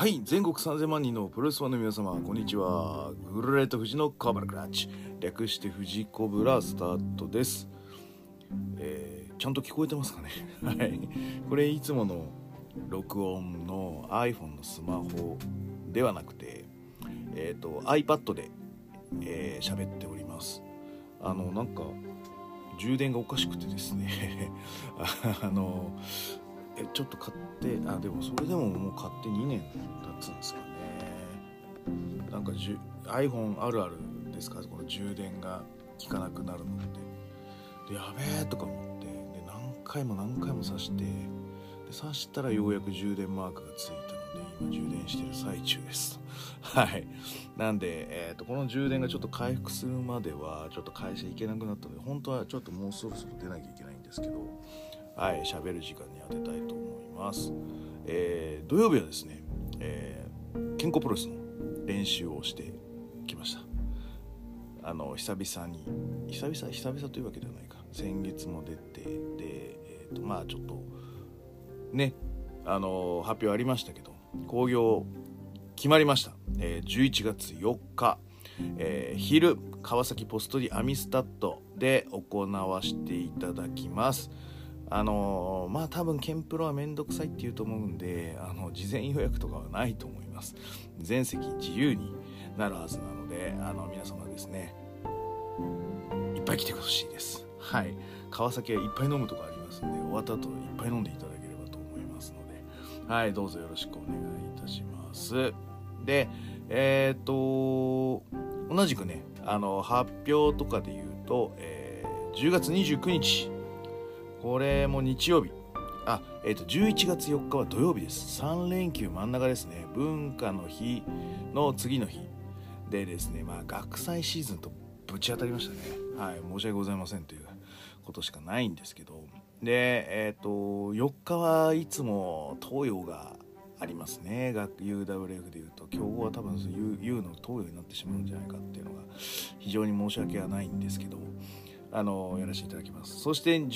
はい、全国3000万人のプロレスファンの皆様、こんにちは。グルレット富士のコブラクラッチ、略して富士コブラスタートです。ちゃんと聞こえてますかねはい、これいつもの録音の iPhone のスマホではなくて、iPad で喋っております。なんか充電がおかしくてですねちょっと買ってでもそれでももう買って2年経つんですかね。なんかiPhone あるあるですか、この充電が効かなくなるのってで、やべえとか思ってで何回も挿してで挿したらようやく充電マークがついたので今充電してる最中ですはいなんで、この充電がちょっと回復するまではちょっと会社行けなくなったので、本当はちょっともうそろそろ出なきゃいけないんですけど、はい、喋る時間に当てたいと思います。土曜日はですね、健康プロレスの練習をしてきました。久々というわけではないか、先月も出てで、まあちょっとね発表ありましたけど、興行決まりました。11月4日、昼川崎ポストリアミスタッドで行わしていただきます。まあ多分ケンプロはめんどくさいって言うと思うんで、事前予約とかはないと思います。全席自由になるはずなので、皆様ですね、いっぱい来てほしいです。はい、川崎はいっぱい飲むとこありますので、終わった後いっぱい飲んでいただければと思いますので、はい、どうぞよろしくお願いいたします。で、同じくね、発表とかで言うと、10月29日これも日曜日、11月4日は土曜日です。3連休真ん中ですね。文化の日の次の日でですね、まあ学祭シーズンとぶち当たりましたね。はい、申し訳ございませんということしかないんですけど、で、4日はいつも東洋がありますね。UWF でいうと競合は多分 U の東洋になってしまうんじゃないかっていうのが非常に申し訳はないんですけど、やらせていただきます。そして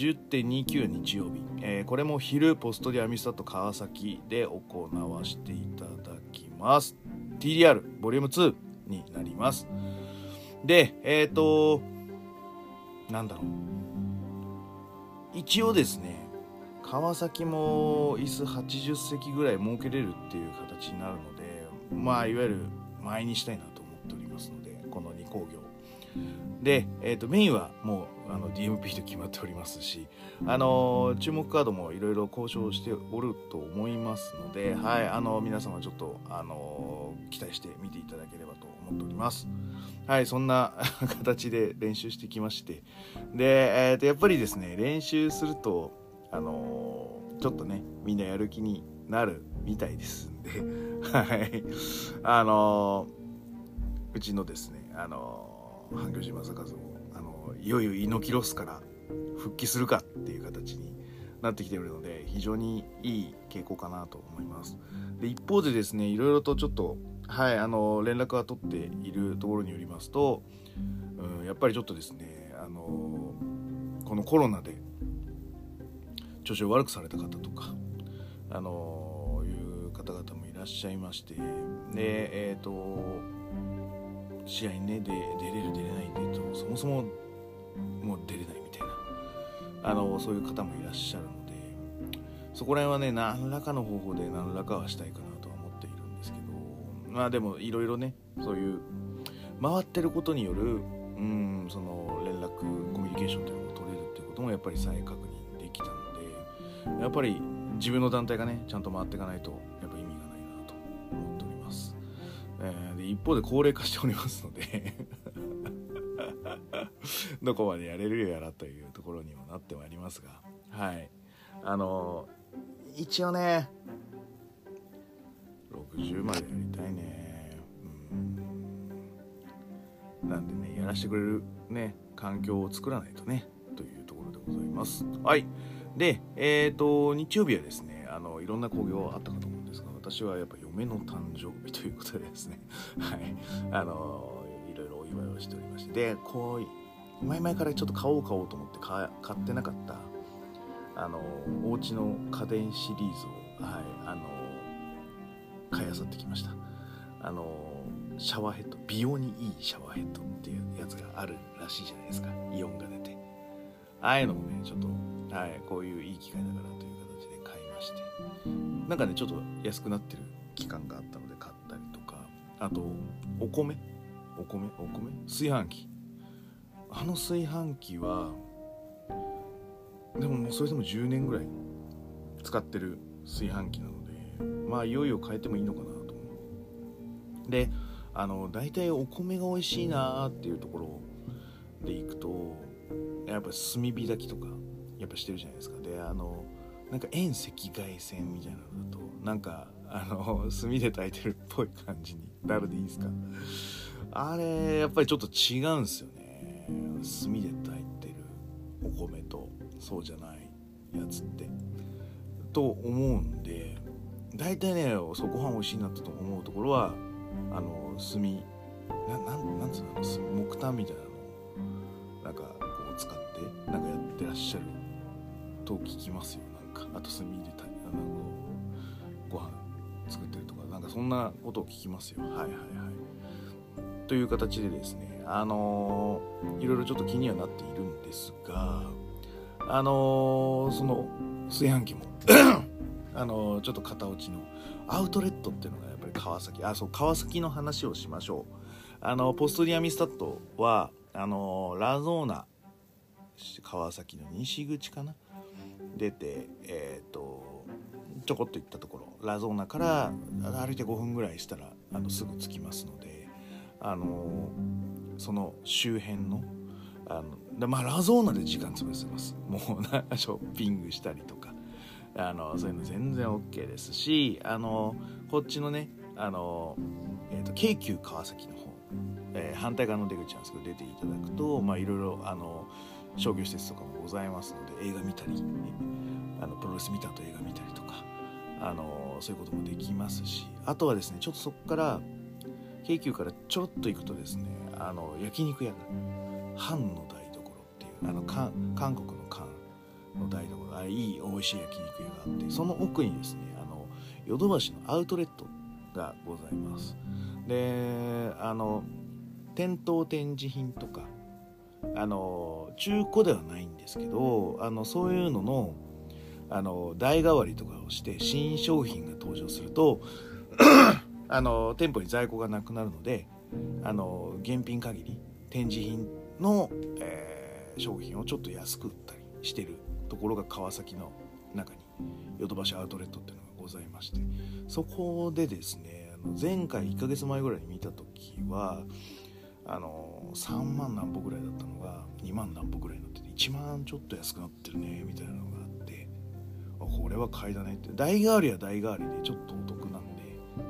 10.29 日曜日、これも昼ポストリアミスタッド川崎で行わしていただきます。 TDR ボリューム2になります。でなんだろう、一応ですね川崎も椅子80席ぐらい設けれるっていう形になるので、まあいわゆる前にしたいなと思っておりますので、この2興行で、メインはもうDMP と決まっておりますし、注目カードもいろいろ交渉しておると思いますので、はい、皆様ちょっと、期待して見ていただければと思っております。はい、そんな形で練習してきまして、で、やっぱりですね練習するとちょっとねみんなやる気になるみたいですんではい、うちのですね半魚島坂津もいよいよ猪木ロスから復帰するかっていう形になってきているので、非常にいい傾向かなと思います。で一方でですね、いろいろとちょっとはい連絡が取っているところによりますと、やっぱりちょっとですねこのコロナで調子を悪くされた方とかいう方々もいらっしゃいまして、で試合にね出れる出れないって言うとそもそももう出れないみたいなそういう方もいらっしゃるので、そこら辺はね何らかの方法で何らかはしたいかなとは思っているんですけど、まあでもいろいろねそういう回ってることによるその連絡コミュニケーションというのを取れるっていうこともやっぱり再確認できたので、やっぱり自分の団体がねちゃんと回っていかないとやっぱ意味がないなと思っております。で一方で高齢化しておりますのでどこまでやれるやらというところにもなってまいりますが、はい一応ね60までやりたいね。なんでねやらせてくれるね環境を作らないとねというところでございます。はい。で日曜日はですねいろんな興行あったかと思うんですが、私はやっぱ嫁の誕生日ということでですねはいいろいろお祝いをしておりまして、でこう前々からちょっと買おうと思って買ってなかったお家の家電シリーズを、はい、 買い漁ってきました。シャワーヘッド、美容にいいシャワーヘッドっていうやつがあるらしいじゃないですか、イオンが出て。ああいうのもねちょっと、こういういい機会だからという形で買いまして、なんかねちょっと安くなってる期間があったので買ったりとか、あとお米炊飯器、炊飯器はでももうそれでも10年ぐらい使ってる炊飯器なので、まあいよいよ変えてもいいのかなと思う。で大体お米が美味しいなっていうところでいくと、やっぱ炭火炊きとかやっぱしてるじゃないですか。でなんか遠赤外線みたいなのだとなんか炭で炊いてるっぽい感じになるでいいですか。あれやっぱりちょっと違うんですよね、炭で炊いてるお米とそうじゃないやつってと思うんで、大体ねご飯美味しいなって思うところは炭なんつうの木炭みたいなのをなんかこう使ってなんかやってらっしゃると聞きますよ。なんかあと炭でご飯作ってるとかなんかそんなことを聞きますよ。という形でですね、いろいろちょっと気にはなっているんですが、その炊飯器もちょっと型落ちのアウトレットっていうのがやっぱり川崎の話をしましょう。ポストディアミスタットはラゾーナ川崎の西口かな出てちょこっと行ったところ、ラゾーナから歩いて5分ぐらいしたらすぐ着きますので、その周辺のラゾーナで時間潰せます。もうショッピングしたりとかそういうの全然 OK ですし、こっちのね京急川崎の方、反対側の出口なんですけど出ていただくといろいろ商業施設とかもございますので、映画見たりプロレス見た後映画見たりとかそういうこともできますし、あとはですねちょっとそこから京急からちょろっと行くとですね焼肉屋が韓の台所っていう韓国の韓の台所、いい美味しい焼肉屋があって、その奥にですねヨドバシのアウトレットがございます。で店頭展示品とか中古ではないんですけどそういうのの代替わりとかをして新商品が登場すると店舗に在庫がなくなるので現品限り展示品の、商品をちょっと安く売ったりしてるところが川崎の中にヨドバシアウトレットっていうのがございまして、そこでですね前回1ヶ月前ぐらいに見た時は3万何歩ぐらいだったのが2万何歩ぐらいになってて1万ちょっと安くなってるねみたいなのがあって、これは買いだねって。代替わりは代替わりでちょっとお得なんで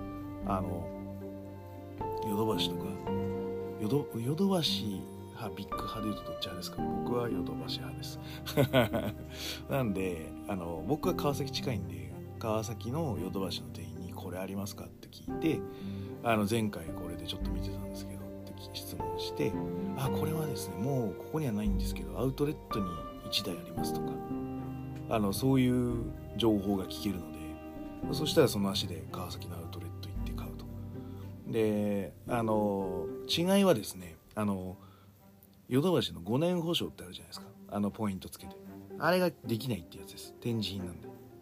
ヨドバシとかヨドバシ派ビッグ派でいうとどっち派ですか？僕はヨドバシ派ですなんで僕は川崎近いんで川崎のヨドバシの店員にこれありますかって聞いて前回これでちょっと見てたんですけどって質問して、これはですねもうここにはないんですけどアウトレットに1台ありますとかそういう情報が聞けるので、そしたらその足で川崎のアウトレット行って買うと。で違いはですねヨドバシの5年保証ってあるじゃないですか、ポイントつけてあれができないってやつです。展示品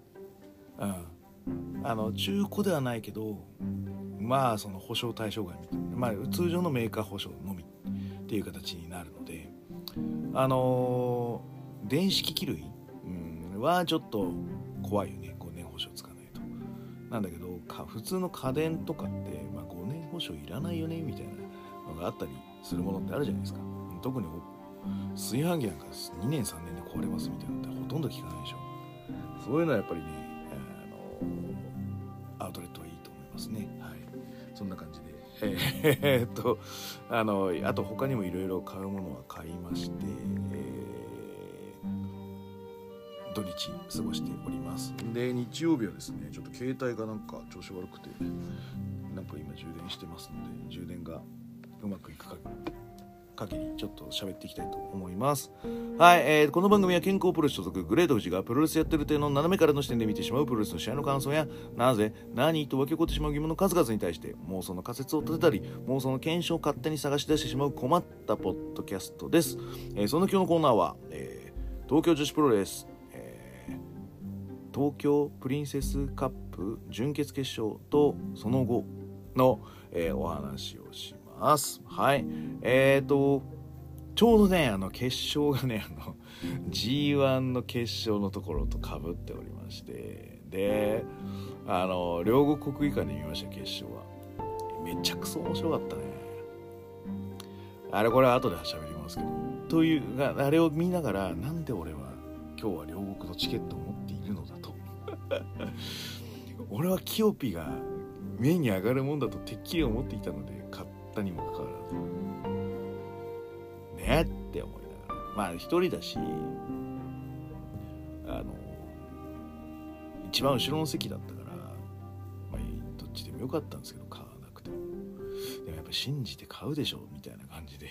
なんで中古ではないけどその保証対象外みたいな、通常のメーカー保証のみっていう形になるので電子機器類、はちょっと怖いよね、5年保証つかないと。なんだけど普通の家電とかって、5年保証いらないよねみたいなのがあったりするものってあるじゃないですか。特に炊飯器なんか2年3年で壊れますみたいなのってほとんど聞かないでしょ。そういうのはやっぱりねアウトレットはいいと思いますね。そんな感じであと他にもいろいろ買うものは買いまして、土日過ごしております。で日曜日はですねちょっと携帯がなんか調子悪くてなんか今充電してますので充電がうまくいくか限りちょっと喋っていきたいと思います。はい、この番組は健康プロレス所属グレート富士がプロレスやってる点の斜めからの視点で見てしまうプロレスの試合の感想やなぜ何と湧き起こってしまう疑問の数々に対して妄想の仮説を立てたり妄想の検証を勝手に探し出してしまう困ったポッドキャストです。その今日のコーナーは、東京女子プロレス、東京プリンセスカップ準決決勝とその後の、お話をします。はい、ちょうどね決勝がねG1 の決勝のところと被っておりまして、で両国国技館で見ました。決勝はめちゃくそ面白かったね。これは後で喋りますけど、というあれを見ながらなんで俺は今日は両国のチケットを持っているのだと俺はキヨピが目に上がるもんだとてっきり思っていたので買ったにもかかわらずねって思いながら、まあ一人だし一番後ろの席だったから、まあどっちでもよかったんですけど買わなくても、でもやっぱ信じて買うでしょみたいな感じで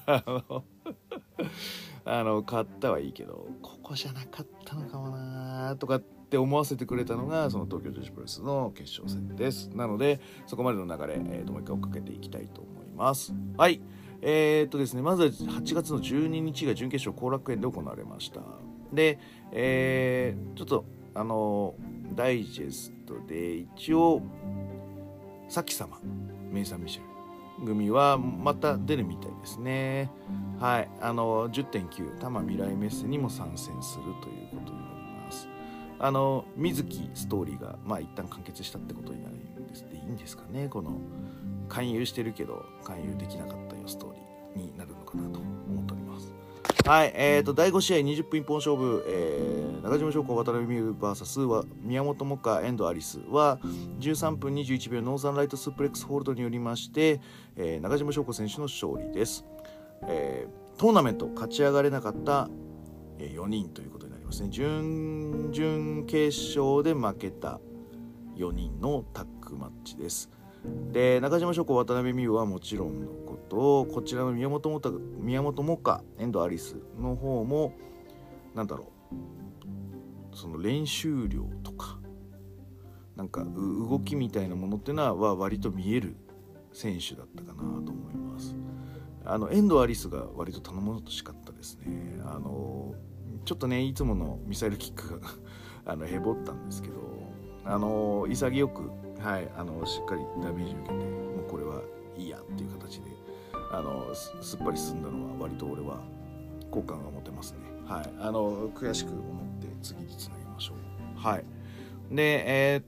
買ったはいいけどここじゃなかったのかもなとかって思わせてくれたのがその東京女子プロレスの決勝戦です。なのでそこまでの流れ、もう一回追っかけていきたいと思います。はい、ですね、まずは8月の12日が準決勝後楽園で行われました。で、ちょっとダイジェストで一応さきさまメイサン・ミシェル組はまた出るみたいですね。はい、10.9 多摩未来メッセにも参戦するということになります。水木ストーリーが一旦完結したってことになるんですでいいんですかね。この勧誘してるけど勧誘できなかったよストーリーになるのかなと思っております。はい、第5試合20分一本勝負、中島翔子渡辺美優 VS は宮本萌歌遠藤アリスは13分21秒ノーザンライトスープレックスホールドによりまして、中島翔子選手の勝利です。トーナメント勝ち上がれなかった、4人ということになりますね。準々決勝で負けた4人のタッグマッチです。で中島翔子渡辺美優はもちろんのことこちらの宮本萌歌遠藤アリスの方もなんだろう、その練習量とかなんか動きみたいなものっていうのは割と見える選手だったかなと思います。遠藤アリスが割と頼もしかったですね。ちょっとねいつものミサイルキックがへぼったんですけど潔くはい、しっかりダメージ受けてもうこれはいいやっていう形ですっぱり進んだのは割と俺は好感が持てますね。はい、悔しく思って次につなげましょう。はい、で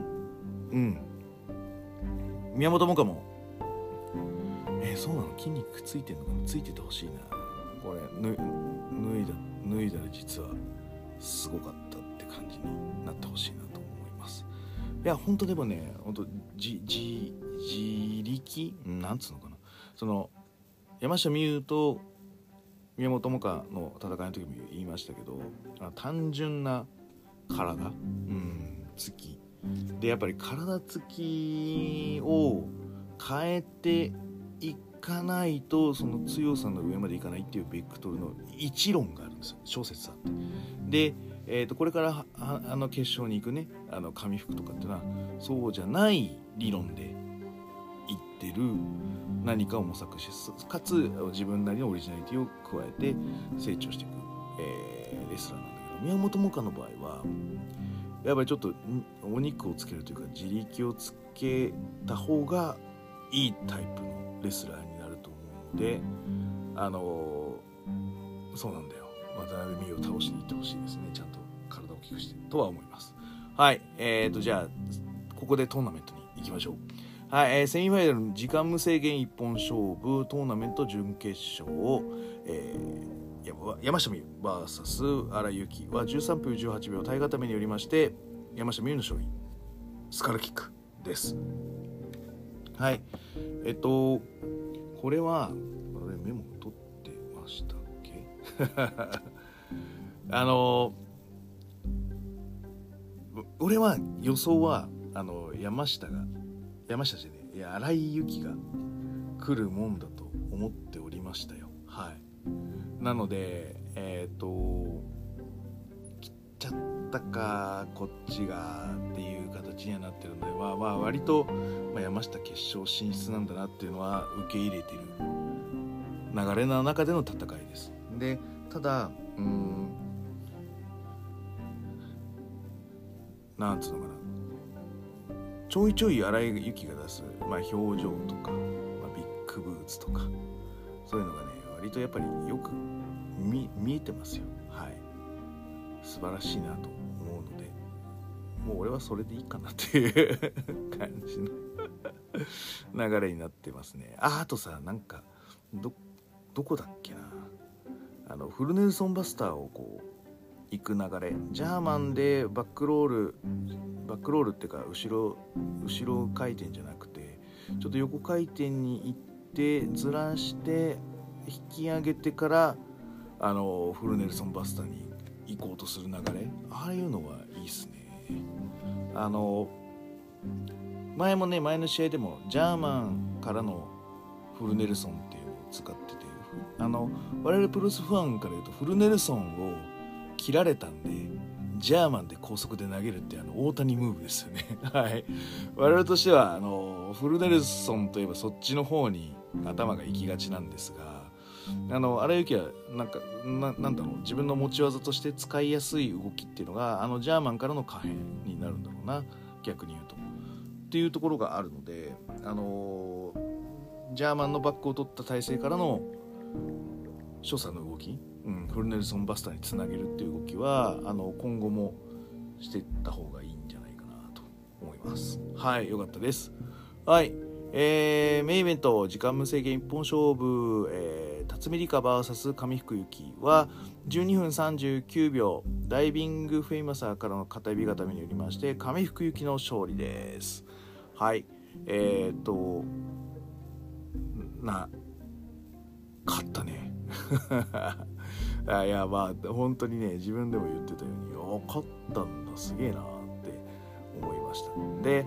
宮本萌歌もそうなの筋肉ついてんのかな、ついててほしいな。これ脱いだら実はすごかったって感じになってほしいなと思います。いや本当でもね本当自力なんつうのかな、その山下美夢有と宮本萌歌の戦いの時も言いましたけど単純な体つきでやっぱり体つきを変えていかないとその強さの上までいかないっていうベクトルの一論があるんですよ、小説あって。で、これから決勝に行くね上福とかっていうのはそうじゃない理論で言ってる何かを模索しかつ自分なりのオリジナリティを加えて成長していく、レスラーなんだけど、宮本萌歌の場合はやっぱりちょっとお肉をつけるというか自力をつけた方がいいタイプのレスラーになると思うのでそうなんだよ、渡辺美優を倒しに行ってほしいですね。ちゃんと体を大きくしてとは思います。はい、じゃあここでトーナメントに行きましょう。はい、セミファイナル時間無制限一本勝負トーナメント準決勝を、山下美優 VS 荒井由紀は13分18秒体固めによりまして山下美優の勝利、スカルキックです。はい、これはメモ取ってましたっけ俺は予想は山下じゃねえ、荒井由紀が来るもんだと思っておりましたよ。 はい。なので切っちゃったかこっちがっていう形にはなってるので、割と、山下決勝進出なんだなっていうのは受け入れてる流れの中での戦いです。でただなんつうのかな、ちょいちょい荒井由紀が出す、表情とか、ビッグブーツとかそういうのがね割とやっぱりよく見えてますよ。はい、素晴らしいなと思うので、もう俺はそれでいいかなっていう感じの流れになってますね。あとさ、なんかどこだっけな、フルネルソンバスターをこう行く流れ、ジャーマンでバックロールっていうか後ろ回転じゃなくてちょっと横回転に行ってずらして引き上げてからフルネルソンバスターに行こうとする流れ、ああいうのはいいっすね。前の試合でもジャーマンからのフルネルソンっていうのを使ってて、我々プロレスファンから言うとフルネルソンを切られたんでジャーマンで高速で投げるって大谷ムーブですよねはい、我々としてはフルネルソンといえばそっちの方に頭が行きがちなんですが、荒井由紀はなんだろう、自分の持ち技として使いやすい動きっていうのがジャーマンからの可変になるんだろうな、逆に言うとっていうところがあるので、ジャーマンのバックを取った体勢からの所作の動き、フルネルソンバスターにつなげるっていう動きは今後もしていった方がいいんじゃないかなと思います。はい、よかったです。はい、メインイベント時間無制限一本勝負、辰巳梨花 VS 上福由紀は12分39秒ダイビングフェイマサーからの片指固めによりまして上福由紀の勝利です。はい、勝ったねいや本当にね、自分でも言ってたように勝ったんだ、すげえなって思いました。で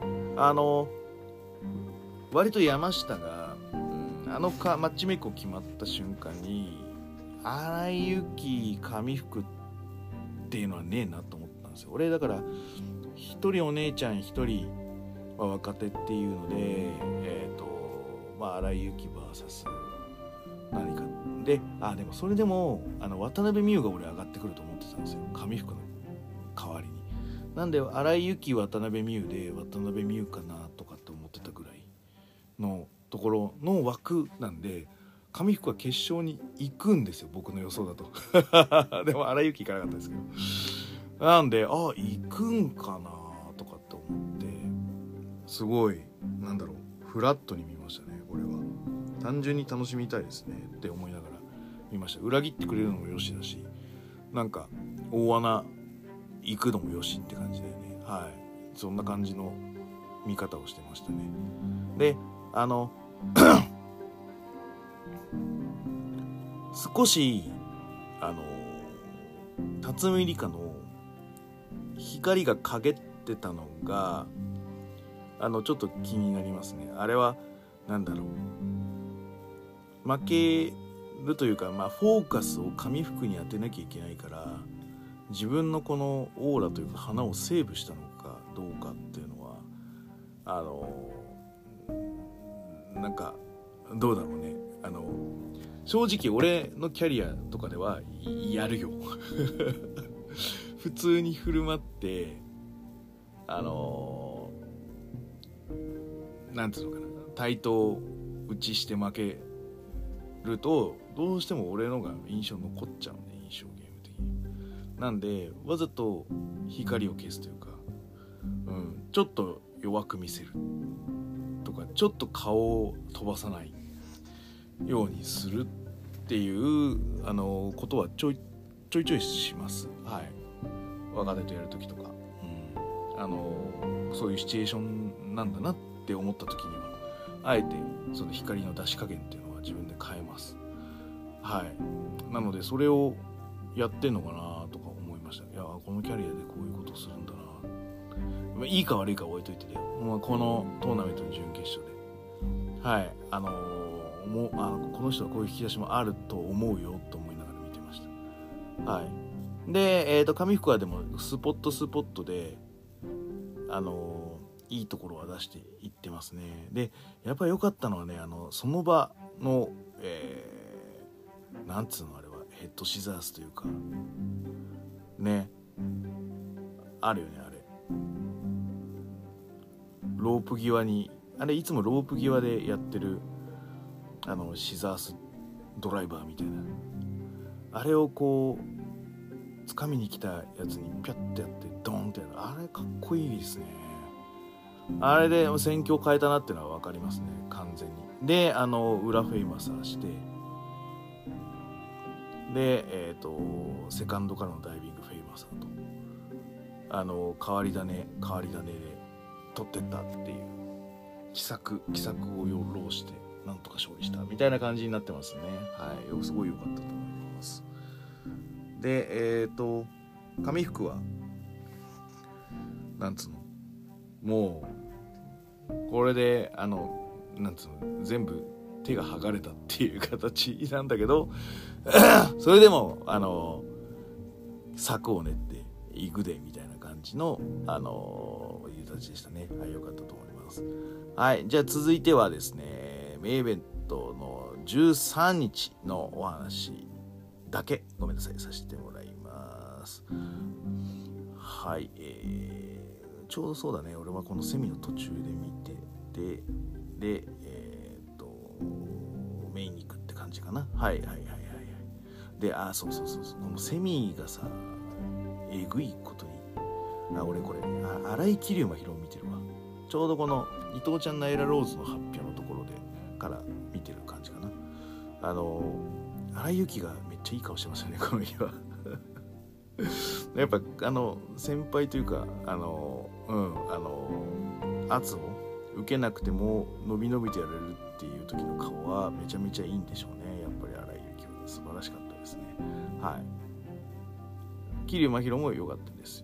割と山下が、マッチメイクを決まった瞬間に荒井由紀上福っていうのはねえなと思ったんですよ。俺だから一人お姉ちゃん一人は若手っていうので荒井由紀 VS 何かででもそれでも渡辺美優が俺上がってくると思ってたんですよ、上福の代わりに。なんで荒井由紀渡辺美優で渡辺美優かなとかって思ってたぐらいのところの枠なんで、上福は決勝に行くんですよ、僕の予想だとでも荒井由紀行かなかったですけど、なんで行くんかなとかって思ってすごいフラットに見ましたね。これは単純に楽しみたいですねって思いながら見ました。裏切ってくれるのもよしだし、大穴行くのもよしって感じでね、はい、そんな感じの見方をしてましたね。で少し辰巳梨花の光が陰ってたのがちょっと気になりますね。あれは負けるというか、フォーカスを上福に当てなきゃいけないから自分のこのオーラというか花をセーブしたのかどうかっていうのはどうだろうね。正直俺のキャリアとかではやるよ普通に振る舞ってなんつうのかな、対等打ちして負けるとどうしても俺のが印象残っちゃうんで、印象ゲーム的に。なんでわざと光を消すというか、ちょっと弱く見せるとか、ちょっと顔を飛ばさないようにするっていうことはちょいします。はい、若手とやるときとか、そういうシチュエーションなんだなって思った時にはあえてその光の出し加減っていうのは自分で変えます。はい、なのでそれをやってんのかなとか思いました。いや、このキャリアでこういうことをするんだな、いいか悪いか置いといてね、このトーナメントの準決勝でこの人はこういう引き出しもあると思うよと思いながら見てました。はい。で、上福はでもスポットでいいところは出していってますね。でやっぱり良かったのはね、その場の、なんつうのあれはヘッドシザースというかね、あるよね、あれロープ際に、あれいつもロープ際でやってるシザースドライバーみたいな、あれをこう掴みに来たやつにピャッてやってドーンってやる、あれかっこいいですね。あれで戦況変えたなっていうのは分かりますね、完全に。で裏フェイマサーして、でセカンドからのダイビングフェイマサーと変わり種で取ってったっていう奇策を要してなんとか勝利したみたいな感じになってますね。はい、すごい良かったと思います。で上福はなんつうの、もうこれでなんつうの、全部手が剥がれたっていう形なんだけどそれでも策を練っていくでみたいな感じのいう形でしたね。はい、良かったと思います。はい、じゃあ続いてはですね、メインイベントの13日のお話だけごめんなさいさせてもらいます。はい、ちょうどそうだね、俺はこのセミの途中で見てでメインに行くって感じかな。はいで、そうこのセミがさ、えぐいことに、俺これ荒井桐生真宙を見てるわ。ちょうどこの伊藤ちゃんナイラローズの発表のところでから見てる感じかな。荒井由紀がめっちゃいい顔してますよね、この日はやっぱ先輩というか圧を受けなくても伸び伸びとやれるっていう時の顔はめちゃめちゃいいんでしょうね。やっぱり荒井由紀は素晴らしかったですね。はい、桐生真宙も良かったです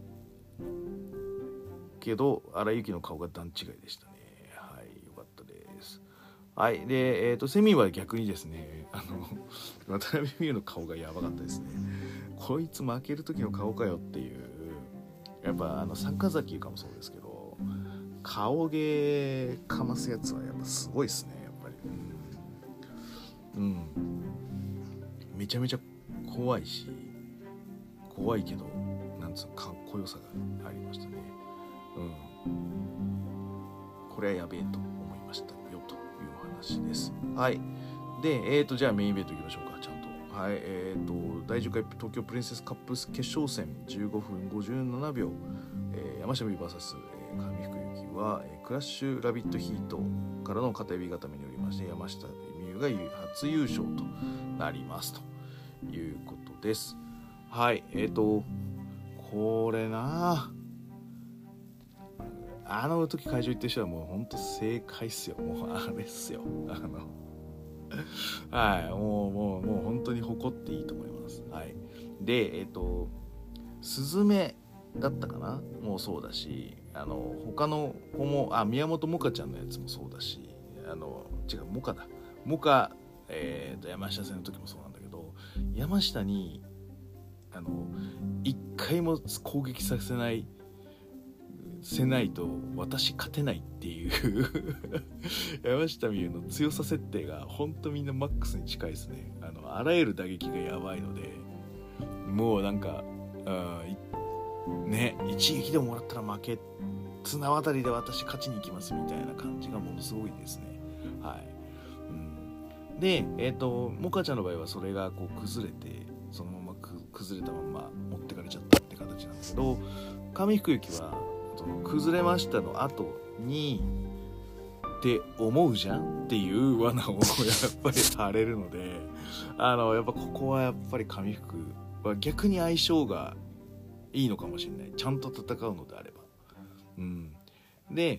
けど、荒井由紀の顔が段違いでしたね。はい、良かったです。はい、でセミは逆にですね、渡辺美優の顔がやばかったですね。こいつ負ける時の顔かよっていう、やっぱ坂崎かもそうですけど、顔芸かますやつはやっぱすごいですね、やっぱり。めちゃめちゃ怖いし、怖いけどなんつうかっこよさがありましたね。これはやべえと思いましたよというお話です。はい。でじゃあメインイベントいきましょうか、ちゃんと。はい、第10回東京プリンセスカップ決勝戦15分57秒、山下美夢 VS、上福由紀は、クラッシュラビットヒートからの片指固めによりまして山下美夢が初優勝となりますということです。はい、これな時会場行ってる人はもうほんと正解っすよ。もうあれっすよ、はい、もう本当に誇っていいと思います。はい。でスズメだったかなもうそうだし、他の子も宮本萌歌ちゃんのやつもそうだし、違うモカだモカ、山下戦の時もそうなんだけど、山下に一回も攻撃させないと私勝てないっていう山下美夢の強さ設定がほんとみんなマックスに近いですね。あらゆる打撃がやばいので、もうなんかね、一撃でももらったら負け、綱渡りで私勝ちに行きますみたいな感じがものすごいですね。はい、でモカちゃんの場合はそれがこう崩れて、そのまま崩れたまま持ってかれちゃったって形なんだけど、上福由紀は崩れましたの後にって思うじゃんっていう罠をやっぱり張れるので、やっぱここはやっぱり上福は逆に相性がいいのかもしれない、ちゃんと戦うのであれば。で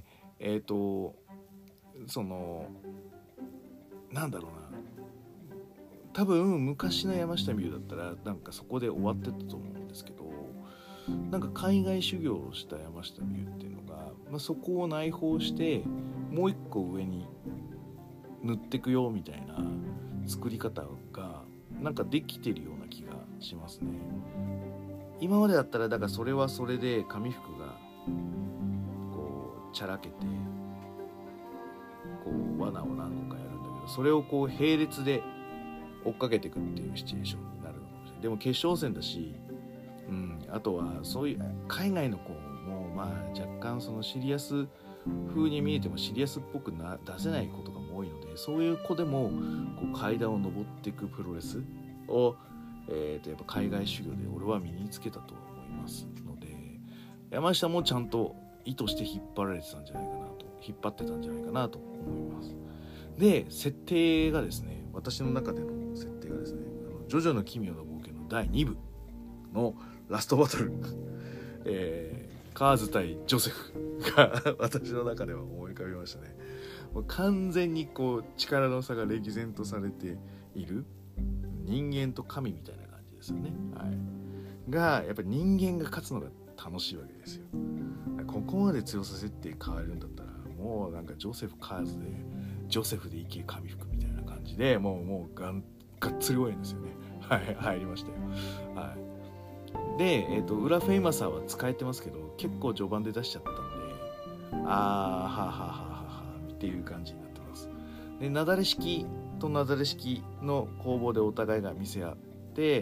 なんだろうな、多分昔の山下美夢だったらなんかそこで終わってたと思うんですけど、なんか海外修行をした山下美夢っていうのが、そこを内包してもう一個上に塗ってくよみたいな作り方がなんかできてるような気がしますね。今までだったらだからそれはそれで紙服がこうちゃらけてこう罠を何個かやるんだけど、それをこう並列で追っかけていくっていうシチュエーションになるのかもしれない。でも決勝戦だし、あとはそういう海外の子もまあ若干そのシリアス風に見えてもシリアスっぽく出せない子とかも多いので、そういう子でもこう階段を上っていくプロレスを、やっぱ海外修行で俺は身につけたと思いますので、山下もちゃんと意図して引っ張られてたんじゃないかなと、引っ張ってたんじゃないかなと思います。で設定がですね、私の中での設定がですね、ジョジョの奇妙な冒険の第2部のラストバトル、カーズ対ジョセフが私の中では思い浮かびましたね。もう完全にこう力の差が歴然とされている人間と神みたいな感じですよね、がやっぱり人間が勝つのが楽しいわけですよ。ここまで強さ設定変わるんだったらもうなんかジョセフカーズでジョセフでいけ神服みたいな感じでもうがっつり多いんですよね。入りましたよ。で、裏フェイマサーは使えてますけど結構序盤で出しちゃったんで、っていう感じになってます。で、なだれ式となだれ式の攻防でお互いが見せ合って、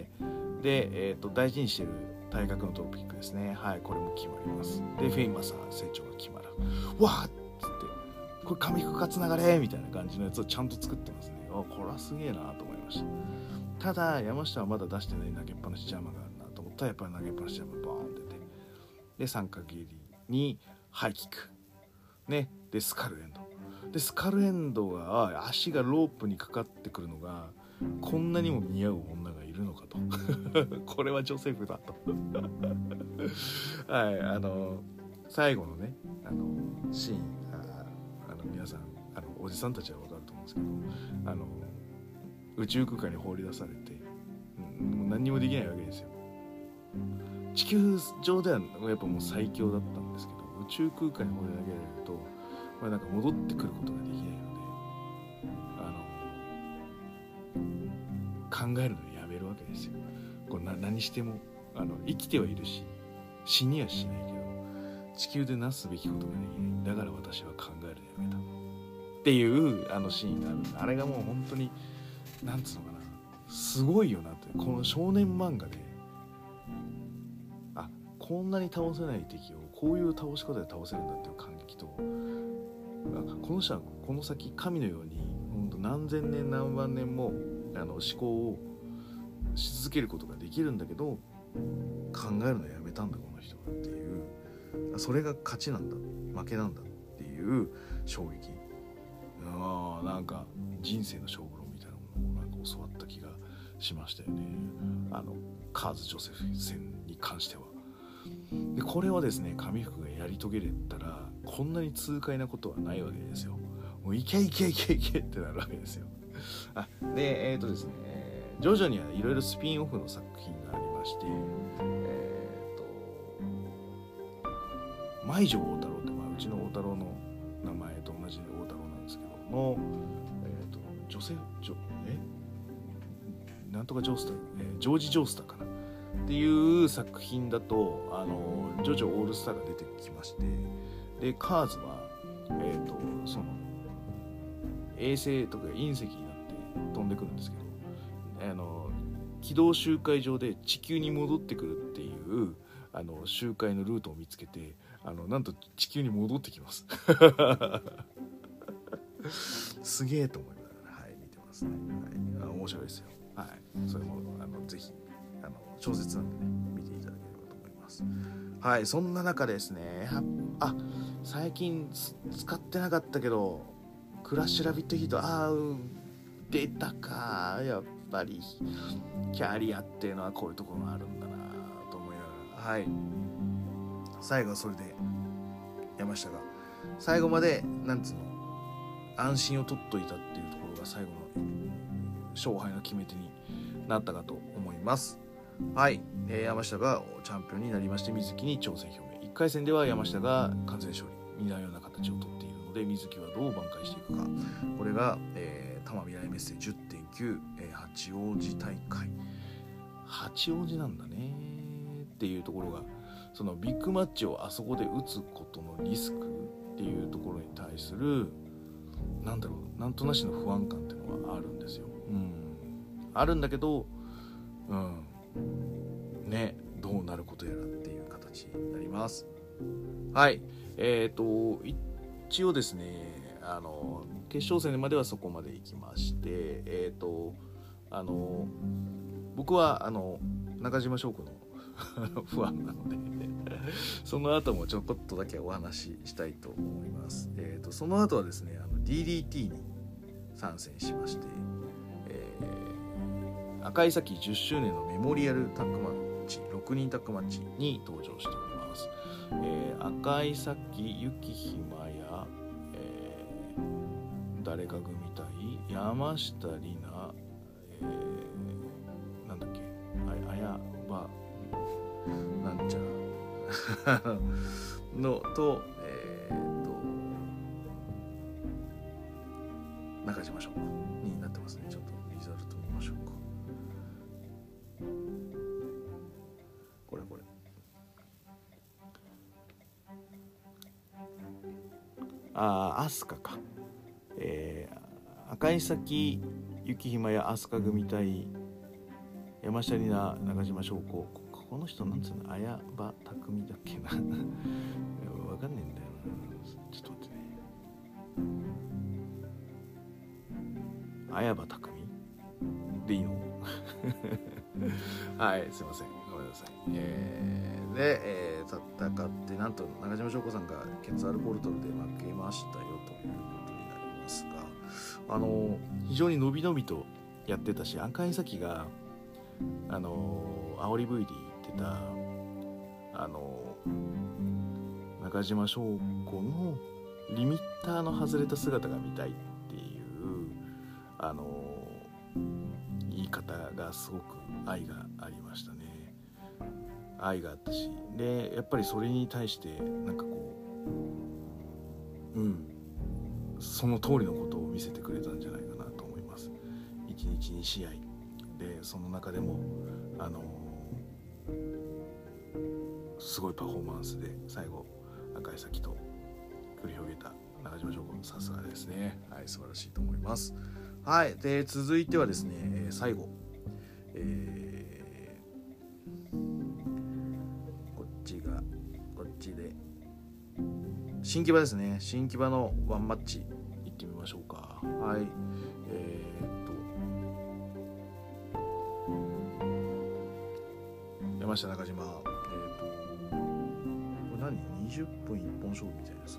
で、大事にしてる体格のトロピックですね。これも決まります。で、フェイマサー成長が決まる。わーっつって、これ神服勝つ流れみたいな感じのやつをちゃんと作ってますね。これはすげえなと思いました。ただ山下はまだ出してない投げっぱなしジャーマがあるなと思ったら、やっぱり投げっぱなしジャーマバーン出て、で三角蹴りにハイキックね、でスカルエンドで、スカルエンドが足がロープにかかってくるのがこんなにも似合う女がいるのかとこれはジョセフだと最後のねシーン、皆さんおじさんたちは分かると思うんですけど、宇宙空間に放り出されて、もう何にもできないわけですよ。地球上ではやっぱもう最強だったんですけど、宇宙空間に放り投げられると、なんか戻ってくることができないので、考えるのをやめるわけですよ。これ何しても生きてはいるし死にはしないけど地球でなすべきことができない。だから私は考えるのやめたっていうシーンがあるんで、あれがもう本当になんつうのかな、すごいよなって。この少年漫画でこんなに倒せない敵をこういう倒し方で倒せるんだっていう感激と、この人はこの先神のように本当何千年何万年も思考をし続けることができるんだけど考えるのやめたんだこの人はっていう、それが勝ちなんだ負けなんだっていう衝撃、なんか人生の勝負論みたいなものをなんか教わった気がしましたよね。カーズ・ジョセフ戦に関しては。でこれをですね神福がやり遂げれたらこんなに痛快なことはないわけですよ。もういけいけいけいけってなるわけですよ。でですねジョジョにはいろいろスピンオフの作品がありまして、舞女大太郎って、うちの大太郎の名前と同じ大太郎なんですけどの、なんとかジョースター、ジョージ・ジョースターかなっていう作品だとジョジョオールスターが出てきまして、でカーズはその衛星とか隕石になって飛んでくるんですけど、軌道周回上で地球に戻ってくるっていう周回のルートを見つけてなんと地球に戻ってきますすげえと思いながら見てますね。面白いですよ。それもぜひ小説なんでね見ていただければと思います。そんな中ですね、最近使ってなかったけどクラッシュラビットヒート出たか。やっぱりキャリアっていうのはこういうところがあるんだなと思いながら、最後はそれで山下が最後まで安心を取っといたっていうところが最後の勝敗の決め手になったかと思います。山下がチャンピオンになりまして水木に挑戦表明。1回戦では山下が完全勝利似たような形を取っているので水木はどう挽回していくか。これが、多摩未来メッセ 10.9、八王子大会。八王子なんだねっていうところが、そのビッグマッチをあそこで打つことのリスクっていうところに対するなんとなしの不安感っていうのはあるんですよ。あるんだけど、ね、どうなることやらっていう形になります。はい、一応ですね、決勝戦まではそこまで行きまして、僕は中島翔子のファンなのでその後もちょこっとだけお話ししたいと思います。その後はですね、DDT に参戦しまして、赤い崎10周年のメモリアルタッグマッチ6人タッグマッチに登場しております。赤い崎雪ひまや、誰か組対山下里奈、なんだっけ、あやばなんちゃらのと、中島翔子になってますね。ちょっとリザルト見ましょうか。これアスカか、赤い崎雪ひまやアスカ組対山下里奈中島翔子。この人なんつうの、綾場匠だっけなわかんねえんだよな。ちょっと待ってね、綾場匠でいいのはい、すいません、ごめんなさい。で、戦ってなんと中島翔子さんが血アルコール取るで負けましたよということになりますが、非常に伸び伸びとやってたし、赤い崎が煽り V で言ってた中島翔子のリミッターの外れた姿が見たいっていう言い方がすごく愛がありましたね。愛があったし、でやっぱりそれに対してなんかこうその通りのことを見せてくれたんじゃないかなと思います。1日2試合で、その中でもすごいパフォーマンスで最後赤い崎と繰り広げた中島翔子、さすがですね。はい、素晴らしいと思います。はい、で続いてはですね、最後、こっちで新木場ですね。新木場のワンマッチ行ってみましょうか。はい、山下中島、これ何20分一本勝負みたいです。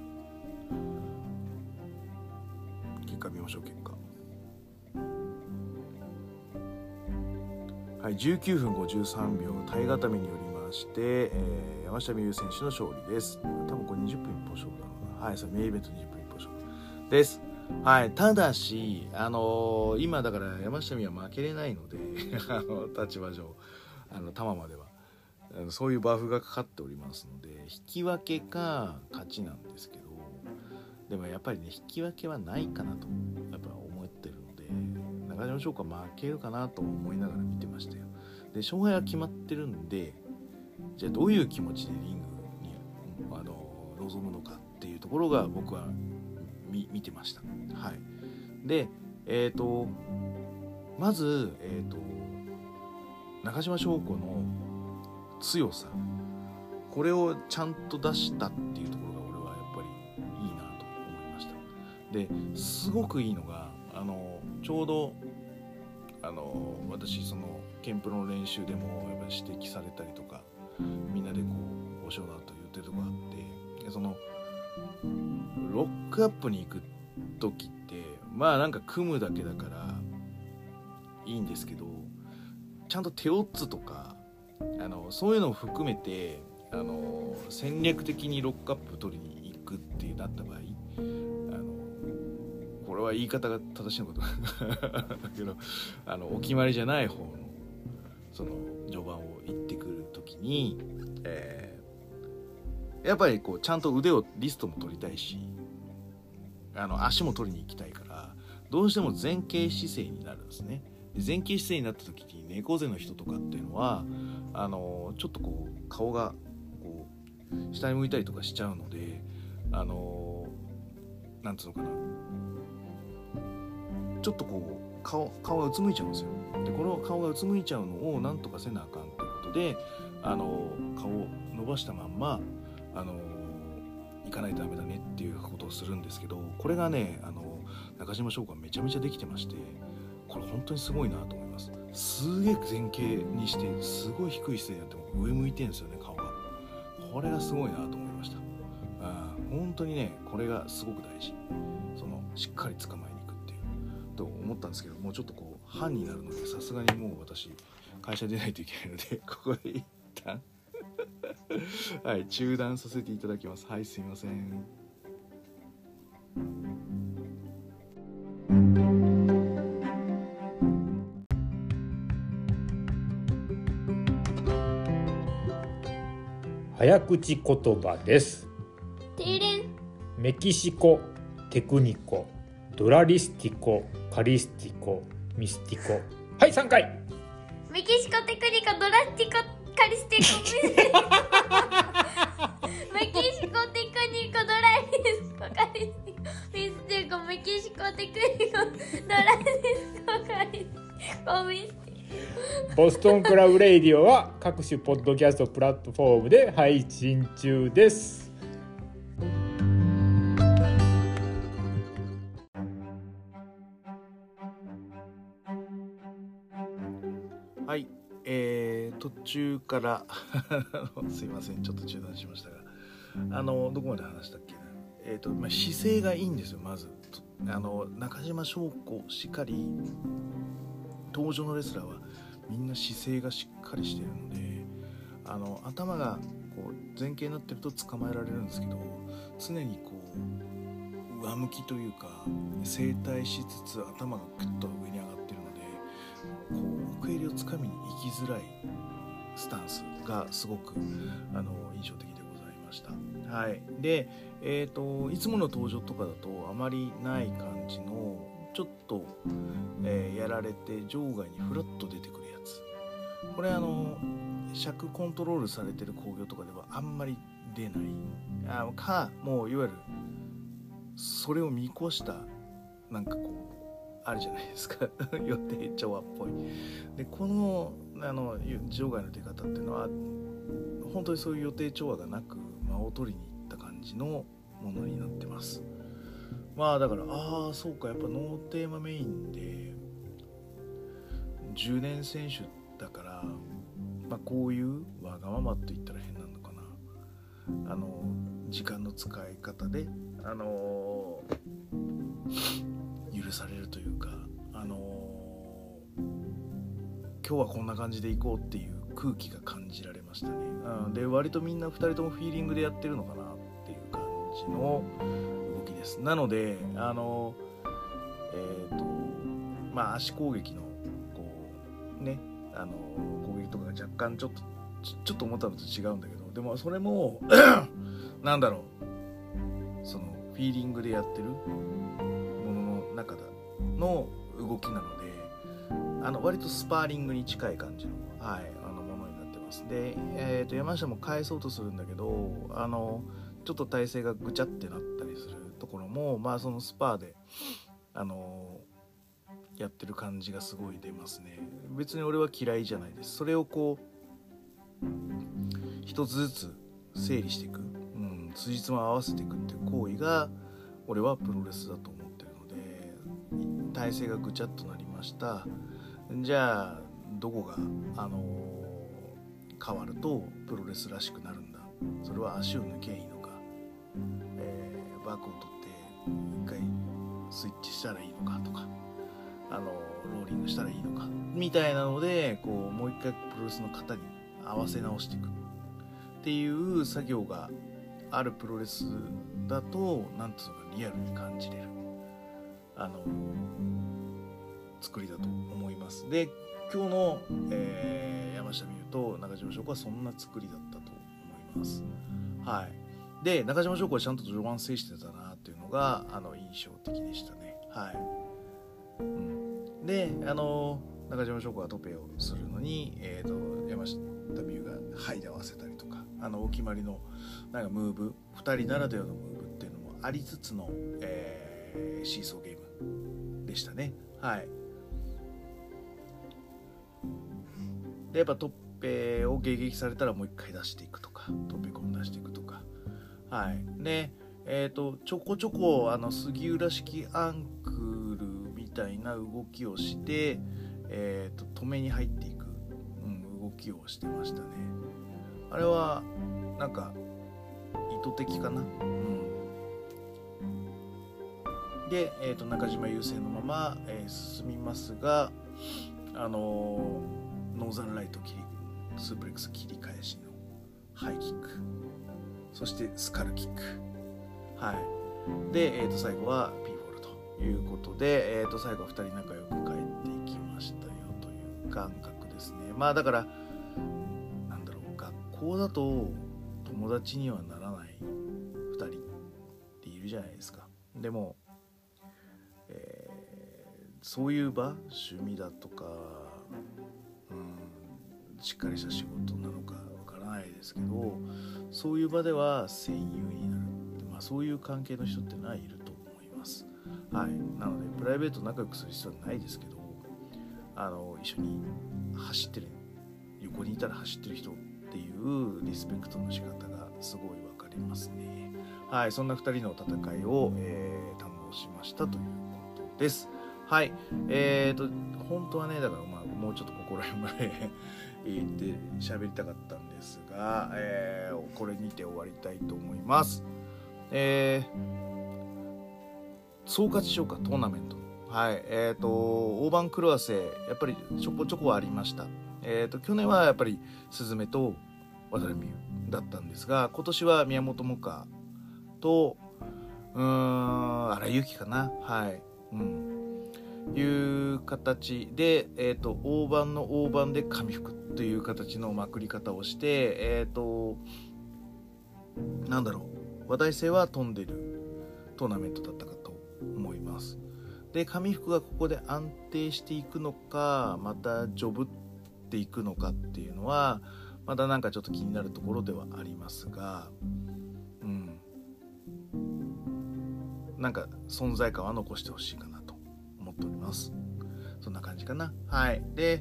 結果見ましょう。結果、はい、19分53秒体固めによりまして、山下美夢有選手の勝利です。多分これ20分一本勝負だろうな。はい、それメインイベント20分一本勝負です。はい、ただし今だから山下美夢は負けれないので立場上多摩まではそういうバフがかかっておりますので、引き分けか勝ちなんですけど、でもやっぱりね、引き分けはないかなとやっぱ思ってるので、中島翔子は負けるかなと思いながら見てましたよ。で勝敗は決まってるんで、じゃあどういう気持ちでリングに臨むのかっていうところが僕は見てました。はい。でまず中島翔子の強さ、これをちゃんと出したっていうところが俺はやっぱりいいなと思いました。ですごくいいのがちょうど私そのケンプロの練習でもやっぱり指摘されたりとか、みんなでこうおしょうだと言ってるとこあって、でそのロックアップに行く時ってまあなんか組むだけだからいいんですけど、ちゃんと手オッズとかそういうのを含めて戦略的にロックアップ取りに行くってなった場合、これは言い方が正しいのかだけどお決まりじゃない方のその序盤を行ってくる時に、やっぱりこうちゃんと腕をリストも取りたいし、 足も取りに行きたいからどうしても前傾姿勢になるんですね。で前傾姿勢になった時に猫背の人とかっていうのはちょっとこう顔がこう下に向いたりとかしちゃうのでなんつうのかな、ちょっとこう顔がうつむいちゃうんですよ。でこの顔がうつむいちゃうのをなんとかせなあかんということで顔を伸ばしたまんま行かないとダメだねっていうことをするんですけど、これがね中島翔子はめちゃめちゃできてまして、これ本当にすごいなと思います。すげえ前傾にしてすごい低い姿勢になっても上向いてるんですよね、顔が。これがすごいなと思いました。本当にねこれがすごく大事、しっかり捕まえに行くっていうと思ったんですけど、もうちょっとこう半になるのでさすがにもう私会社出ないといけないのでここで一旦はい中断させていただきます。はい、すいません。 早口言葉です。メキシコ、テクニコ、ドラリスティコ、カリスティコ、ミスティコ。はい、3回。 メキシコ、テクニコ、ドラスティコ、カリスティコ、ミスティコ。メキシコ、テクニコ、ドラリスコ、カリスティコ、ミスティコ。メキシコ、テクニコ、ドラリスコ、カリスティコ、ミスティコ。 ボストンクラブレイディオは各種ポッドキャストプラットフォームで配信中です。 はい、途中からすいませんちょっと中断しましたがどこまで話したっけな。姿勢がいいんですよ。まず中島翔子しかり登場のレスラーはみんな姿勢がしっかりしているので頭がこう前傾になってると捕まえられるんですけど、常にこう上向きというか正対しつつ頭がグッと上に上がっているので、こう奥襟をつかみに行きづらいスタンスがすごく印象的でございました。はい、で、いつもの登場とかだとあまりない感じのちょっと、やられて場外にフラッと出てくるやつ、これ尺コントロールされてる興行とかではあんまり出ないもういわゆるそれを見越したなんかこうあるじゃないですか予定調和っぽいで、この場外の出方っていうのは本当にそういう予定調和がなく間を取りに行った感じのものになってます。だからそうか、やっぱノーテーマメインで10年選手だから、こういうわがままと言ったら変なのかな、時間の使い方で許されるというか、今日はこんな感じでいこうっていう空気が感じられましたね。で割とみんな2人ともフィーリングでやってるのかなっていう感じの動きです。なので足攻撃のこうね攻撃とかが若干ちょっと思ったのと違うんだけど、でもそれもなんだろう、そのフィーリングでやってるものの中の動きなので割とスパーリングに近い感じの、ものになってます。で、山下も返そうとするんだけどちょっと体勢がぐちゃってなったりするところもそのスパーでやってる感じがすごい出ますね。別に俺は嫌いじゃないです。それをこう一つずつ整理していく、辻褄を合わせていくっていう行為が俺はプロレスだと思ってるので、体勢がぐちゃっとなりました。じゃあどこが変わるとプロレスらしくなるんだ。それは足を抜けばいいのか、バックを取って一回スイッチしたらいいのかとかローリングしたらいいのかみたいなのでこうもう一回プロレスの型に合わせ直していくっていう作業があるプロレスだとなんていうのかリアルに感じれる作りだと思います。で今日の、山下見ると中島翔子はそんな作りだったと思います。はい。 で中島翔子はちゃんと序盤制してたなっていうのが印象的でしたね。はい、で中島翔子がトペをするのに、山下美夢がハイで合わせたりとかお決まりのなんかムーブ2人ならではのムーブっていうのもありつつの、シーソーゲームでしたね。はい、でやっぱトッペを迎撃されたらもう一回出していくとかトッペコン出していくとか、はい、でちょこちょこ杉浦式アンクルみたいな動きをして、止めに入っていく、動きをしてましたね。あれはなんか意図的かな。で、中島優勢のまま、進みますがノーザンライトスープレックス切り返しのハイキック、そしてスカルキック、はい、で、最後はピーフォールということで、最後は2人仲良く帰っていきましたよという感覚ですね。まあだからなんだろう、学校だと友達にはならない2人っているじゃないですか。でも、そういう場、趣味だとか、しっかりした仕事なのかわからないですけど、そういう場では戦友になる、そういう関係の人っていると思います。はい、なのでプライベート仲良くする必要はないですけど、一緒に走ってる、横にいたら走ってる人っていうリスペクトの仕方がすごい分かりますね。はい、そんな2人の戦いを、堪能しましたということです。はい、本当はね、だからもうちょっとここら辺まで言って喋りたかったんですが、これにて終わりたいと思います。総括しようか、トーナメント。はい、大番狂わせやっぱりちょこちょこありました。去年はやっぱりスズメと渡辺美優だったんですが、今年は宮本萌歌と荒井由紀かな、はい、いう形で、大番の大番で上福という形のまくり方をして、なんだろう、話題性は飛んでるトーナメントだったかと思います。で、上福がここで安定していくのか、またジョブっていくのかっていうのはまだなんかちょっと気になるところではありますが、なんか存在感は残してほしいかなと思っております。そんな感じかな。はい。で、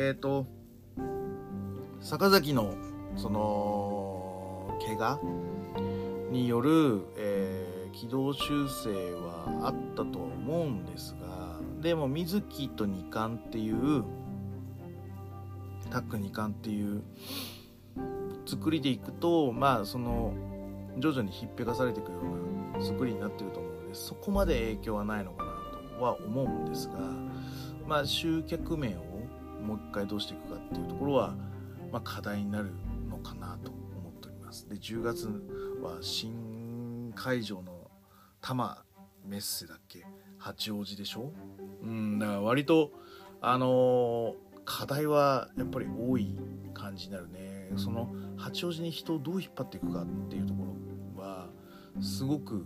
坂崎のその怪我による、軌道修正はあったとは思うんですが、でも水木と二冠っていうタッグ二冠っていう作りでいくと、その徐々にひっぺかされていくような作りになってると思うので、そこまで影響はないのかなとは思うんですが、集客面をもう一回どうしていくかっていうところは、課題になるのかなと思っております。で、10月は新会場の多摩メッセだっけ、八王子でしょ。だから割と課題はやっぱり多い感じになるね。その八王子に人をどう引っ張っていくかっていうところはすごく、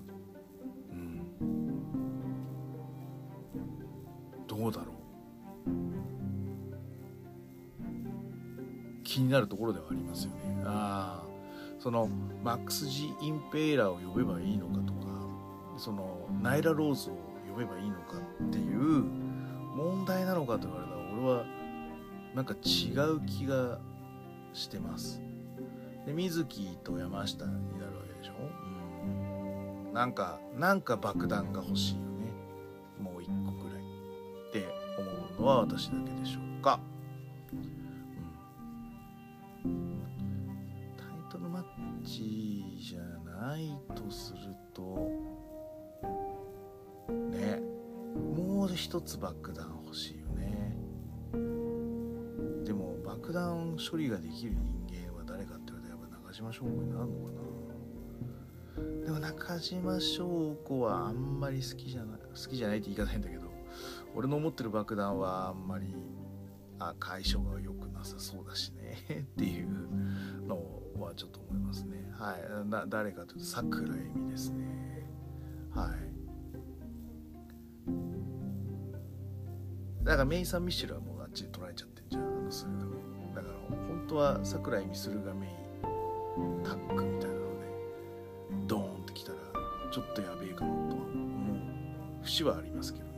どうだろう、気になるところではありますよね。そのマックス・ジ・インペイラーを呼べばいいのかとか、そのナイラ・ローズを呼べばいいのかっていう問題なのかと言われたら、俺はなんか違う気がしてます。で、水木と山下になるわけでしょ。なんか爆弾が欲しいよね、もう一個ぐらいって思うのは私だけでしょうか。タイトルマッチじゃないとするとね、もう一つ爆弾欲しいよね。でも爆弾処理ができる人間は誰かって言われたらやっぱ中島翔子になるのかな。でも中島翔子はあんまり好きじゃないって言い方変だけど、俺の思ってる爆弾はあんまり相性が良くなさそうだしねっていうのはちょっと思いますね。はい、誰かというと桜井美ですね。はい。だからメイさんミッシェルはもうあっちで取られちゃってんじゃん、駿河メイ。だから本当は桜井美駿河メイタッグみたいなのでドーンってきたらちょっとやべえかなとは思う節はありますけどね。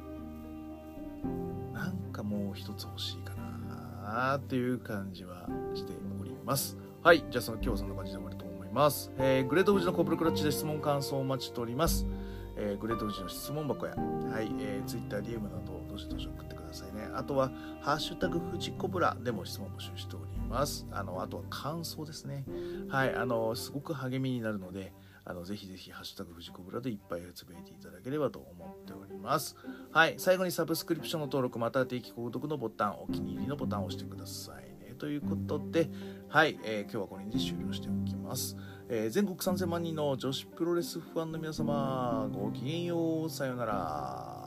なんかもう一つ欲しいかなっていう感じはしております。はい、じゃあ今日はそんな感じで終わりと思います。グレート富士のコブルクラッチで質問感想をお待ちしております。グレート富士の質問箱や、はい、Twitter、DM などどしどし送ってくださいね。あとはハッシュタグ富士コブラでも質問募集しております。あとは感想ですね。はい、すごく励みになるので、ぜひぜひハッシュタグ富士コブラでいっぱいつぶやいていただければと思っております。はい、最後にサブスクリプションの登録または定期購読のボタン、お気に入りのボタンを押してくださいね。ということで、はい、今日はこれで終了しておきます。全国3000万人の女子プロレスファンの皆様、ごきげんよう、さようなら。